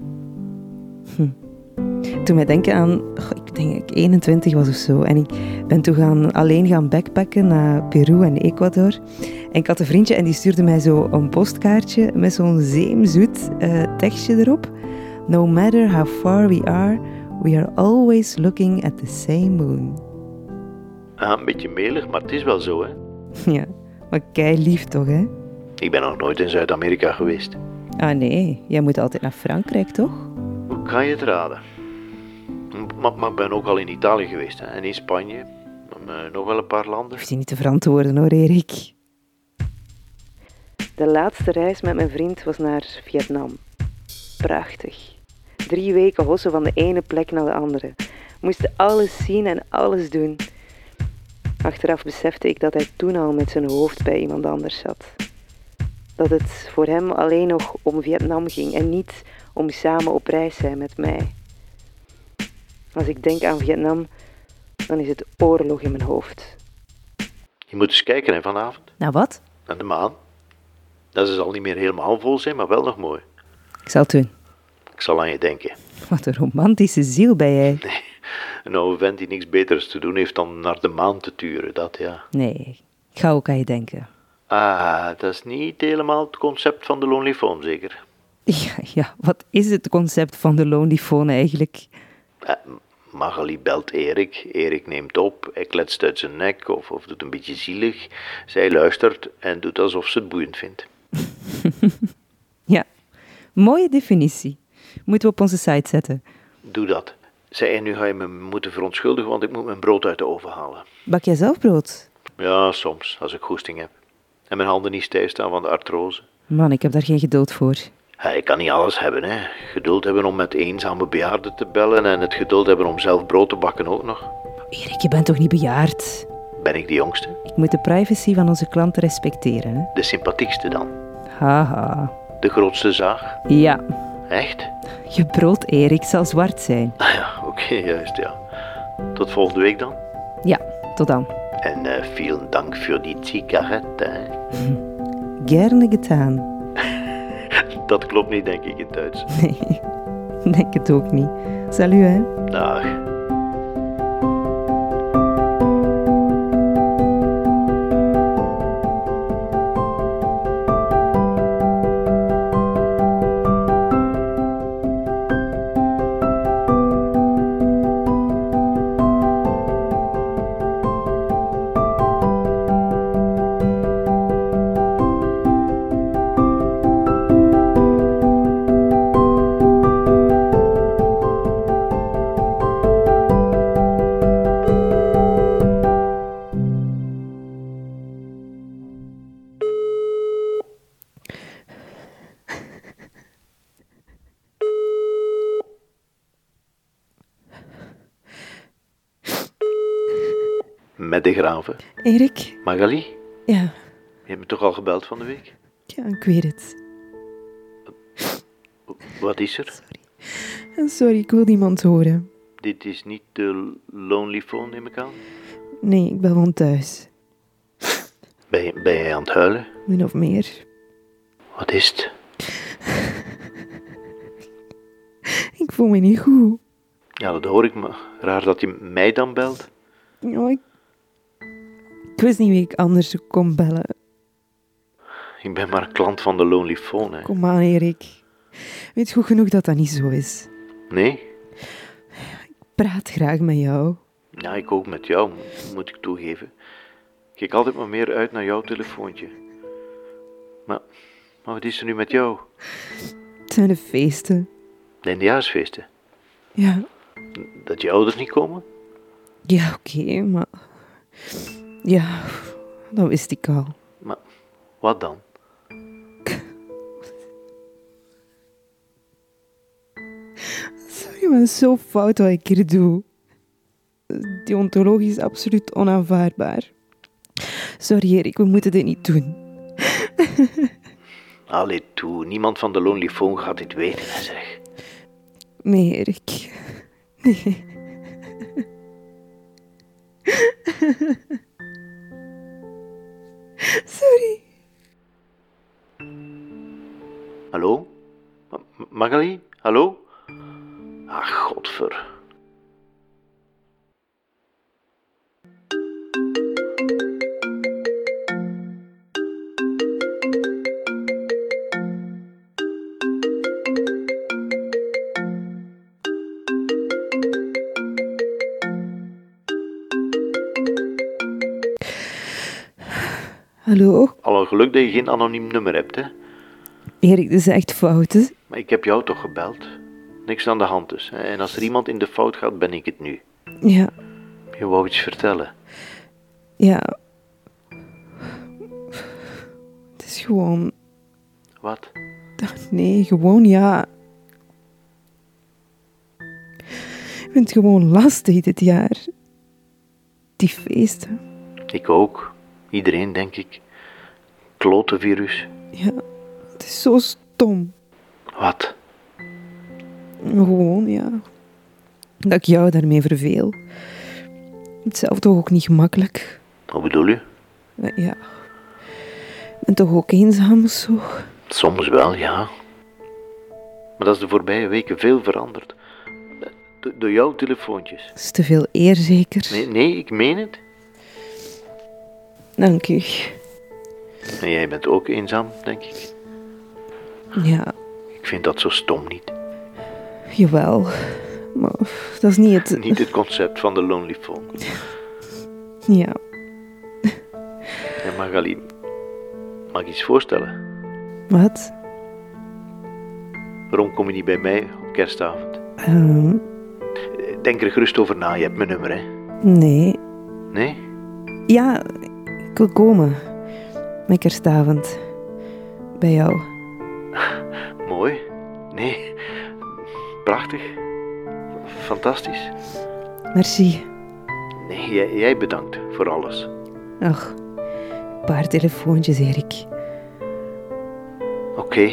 Toen mij denken aan, ik denk dat ik 21 was of zo. En ik ben toen alleen gaan backpacken naar Peru en Ecuador. En ik had een vriendje en die stuurde mij zo een postkaartje met zo'n zeemzoet tekstje erop. No matter how far we are always looking at the same moon. Ja, een beetje melig, maar het is wel zo, hè. Ja, maar kei lief toch, hè? Ik ben nog nooit in Zuid-Amerika geweest. Ah nee, jij moet altijd naar Frankrijk, toch? Hoe kan je het raden? Maar ik ben ook al in Italië geweest, hè. En in Spanje. Nog wel een paar landen. Je hoeft je niet te verantwoorden hoor, Erik. De laatste reis met mijn vriend was naar Vietnam. Prachtig. 3 weken hossen van de ene plek naar de andere. We moesten alles zien en alles doen. Achteraf besefte ik dat hij toen al met zijn hoofd bij iemand anders zat. Dat het voor hem alleen nog om Vietnam ging en niet om samen op reis zijn met mij. Als ik denk aan Vietnam, dan is het oorlog in mijn hoofd. Je moet eens kijken, hè, vanavond. Nou wat? Naar de maan. Dat zal niet meer helemaal vol zijn, maar wel nog mooi. Ik zal het doen. Ik zal aan je denken. Wat een romantische ziel ben jij. Een oude vent die niks beters te doen heeft dan naar de maan te turen, dat ja. Nee, ik ga ook aan je denken. Ah, dat is niet helemaal het concept van de Lonely Phone, zeker? Ja, wat is het concept van de Lonely Phone eigenlijk? Magali belt Erik, Erik neemt op, hij kletst uit zijn nek of doet een beetje zielig. Zij luistert en doet alsof ze het boeiend vindt. Ja, mooie definitie. Moeten we op onze site zetten. Doe dat. Zij, en nu ga je me moeten verontschuldigen, want ik moet mijn brood uit de oven halen. Bak jij zelf brood? Ja, soms, als ik goesting heb. En mijn handen niet stijf staan van de artrose. Man, ik heb daar geen geduld voor. Ja, ik kan niet alles hebben, hè. Geduld hebben om met eenzame bejaarden te bellen en het geduld hebben om zelf brood te bakken ook nog. Erik, je bent toch niet bejaard? Ben ik de jongste? Ik moet de privacy van onze klanten respecteren, hè? De sympathiekste dan? Haha. De grootste zaag? Ja, Echt? je brood, Erik, zal zwart zijn. Ah ja, oké, juist, ja. Tot volgende week dan. Ja, tot dan. En vielen dank voor die sigaretten, hè. Gerne gedaan. Dat klopt niet, denk ik, in Duits. Nee, denk het ook niet. Salut, hè. Dag. Met de graven. Erik? Magali, Ja, je hebt me toch al gebeld van de week? ja, ik weet het. Wat is er? Sorry, ik wil niemand horen. Dit is niet de Lonely Phone, neem ik aan? Nee, ik ben van thuis. Ben jij aan het huilen? Min of meer. Wat is het? Ik voel me niet goed. Ja, dat hoor ik, maar raar dat je mij dan belt. Ja, ik wist niet wie ik anders kon bellen. Ik ben maar een klant van de Lonely Phone, hè. Kom aan, Erik. Weet goed genoeg dat dat niet zo is. Nee? Ik praat graag met jou. Ja, ik ook met jou, moet ik toegeven. Ik kijk altijd maar meer uit naar jouw telefoontje. Maar wat is er nu met jou? Het zijn de feesten. De Indiaansfeesten? Ja, Dat je ouders niet komen? ja, oké, maar... Ja, dat wist ik al. Maar wat dan? Sorry, maar het is zo fout wat ik hier doe. Deontologisch absoluut onaanvaardbaar. Sorry, Erik, we moeten dit niet doen. Allee, toe. Niemand van de Lonely Phone gaat dit weten, hè, zeg. Nee, Erik. Nee. Sorry. Hallo? Magali? Hallo? Ah, godver. Hallo? Al een geluk dat je geen anoniem nummer hebt, hè. Erik, dat is echt fout, hè? Maar ik heb jou toch gebeld? Niks aan de hand dus. Hè? En als er iemand in de fout gaat, ben ik het nu. Ja, Je wou iets vertellen. ja. Het is gewoon... Wat? Nee, gewoon ja. Ik vind het gewoon lastig dit jaar. Die feesten. Ik ook. Iedereen, denk ik. Klote virus. Ja, het is zo stom. Wat? Gewoon, ja. Dat ik jou daarmee verveel. Het is zelf toch ook niet gemakkelijk. Wat bedoel je? Ja. Ik ben toch ook eenzaam of zo? Soms wel, ja. Maar dat is de voorbije weken veel veranderd. Door jouw telefoontjes. Dat is te veel eer, zeker. Nee, ik meen het. Dank u. En jij bent ook eenzaam, denk ik. Ja, Ik vind dat zo stom niet. jawel. Maar dat is niet het... Niet het concept van de Lonely Phone. Ja. En Magali, mag ik iets voorstellen? Wat? Waarom kom je niet bij mij op kerstavond? Denk er gerust over na, je hebt mijn nummer, hè? Nee. Nee? Ja, ik wil komen. Met kerstavond. Bij jou. Mooi. Nee. Prachtig. Fantastisch. Merci. Nee, jij bedankt voor alles. Ach, een paar telefoontjes, Erik. Oké.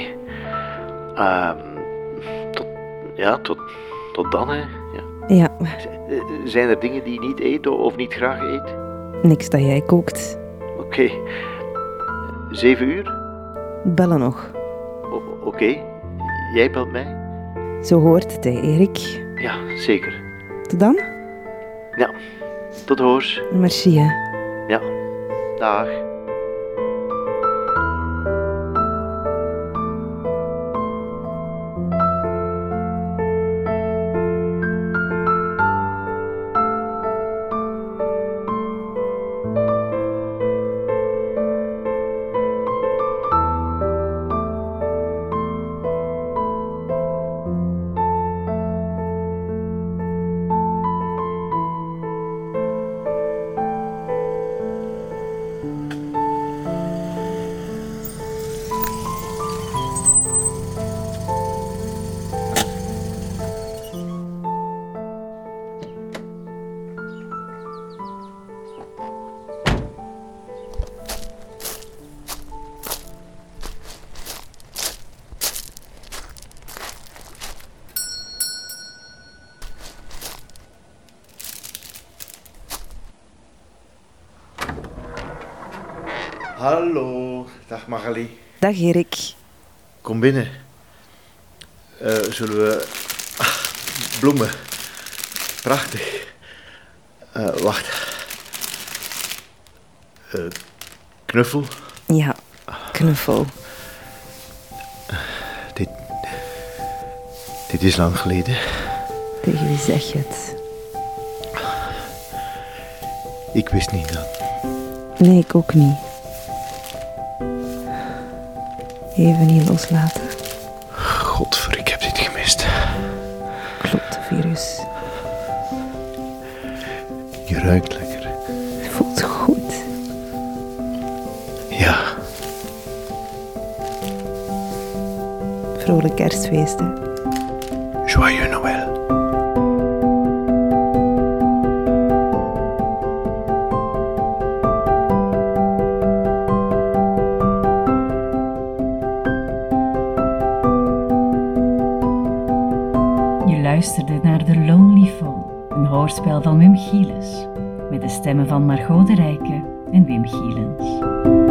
Tot dan, hè. Ja. Ja, Zijn er dingen die je niet eet of niet graag eet? niks dat jij kookt. Oké. 7 uur? Bellen nog. Oké. Jij belt mij? Zo hoort het, hè, Erik. Ja, zeker. Tot dan? Ja. Tot hoors. Merci, hè. Ja. Dag. Hallo, dag Magali. Dag, Erik. Kom binnen. Zullen we... bloemen. Prachtig. Wacht. Knuffel. Ja, knuffel. Dit is lang geleden. Tegen wie zeg je het? Ik wist niet dat. Nee, ik ook niet. Even niet loslaten. Godver, ik heb dit gemist. Klopt, virus. Je ruikt lekker. Het voelt goed. Ja. Vrolijk kerstfeesten. Joyeux Noël. U luisterde naar The Lonely Phone, een hoorspel van Wim Gielens, met de stemmen van Margot de Rijke en Wim Gielens.